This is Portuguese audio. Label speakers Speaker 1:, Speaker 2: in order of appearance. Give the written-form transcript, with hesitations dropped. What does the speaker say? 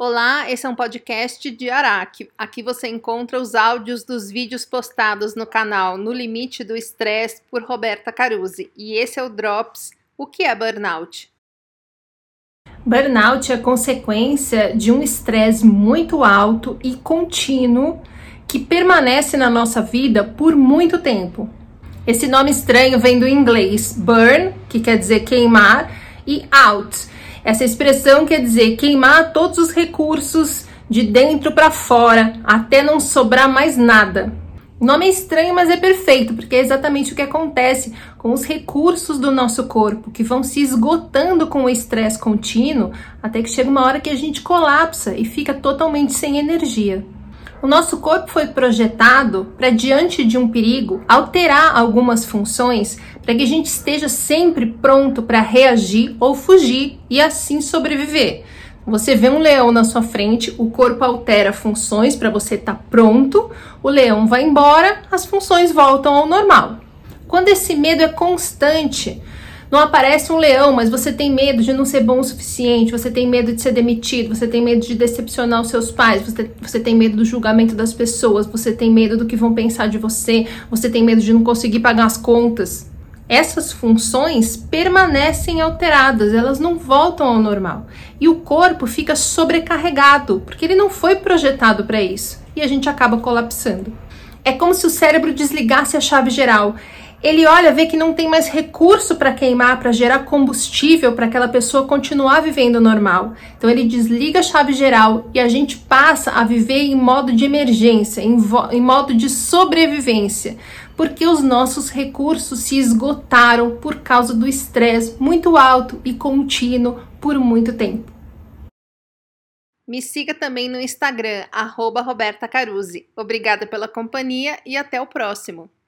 Speaker 1: Olá, esse é um podcast de Araque. Aqui você encontra os áudios dos vídeos postados no canal No Limite do Estresse por Roberta Carusi. E esse é o Drops. O que é burnout?
Speaker 2: Burnout é consequência de um estresse muito alto e contínuo que permanece na nossa vida por muito tempo. Esse nome estranho vem do inglês burn, que quer dizer queimar, e out. Essa expressão quer dizer queimar todos os recursos de dentro para fora, até não sobrar mais nada. O nome é estranho, mas é perfeito, porque é exatamente o que acontece com os recursos do nosso corpo, que vão se esgotando com o estresse contínuo, até que chega uma hora que a gente colapsa e fica totalmente sem energia. O nosso corpo foi projetado para, diante de um perigo, alterar algumas funções para que a gente esteja sempre pronto para reagir ou fugir e assim sobreviver. Você vê um leão na sua frente, o corpo altera funções para você estar pronto, o leão vai embora, as funções voltam ao normal. Quando esse medo é constante, não aparece um leão, mas você tem medo de não ser bom o suficiente, você tem medo de ser demitido, você tem medo de decepcionar os seus pais, você tem medo do julgamento das pessoas, você tem medo do que vão pensar de você tem medo de não conseguir pagar as contas. Essas funções permanecem alteradas, elas não voltam ao normal. E o corpo fica sobrecarregado, porque ele não foi projetado para isso. E a gente acaba colapsando. É como se o cérebro desligasse a chave geral. Ele olha, vê que não tem mais recurso para queimar, para gerar combustível para aquela pessoa continuar vivendo normal. Então ele desliga a chave geral e a gente passa a viver em modo de emergência, em modo de sobrevivência, porque os nossos recursos se esgotaram por causa do estresse muito alto e contínuo por muito tempo.
Speaker 1: Me siga também no Instagram, @Roberta Carusi. Obrigada pela companhia e até o próximo.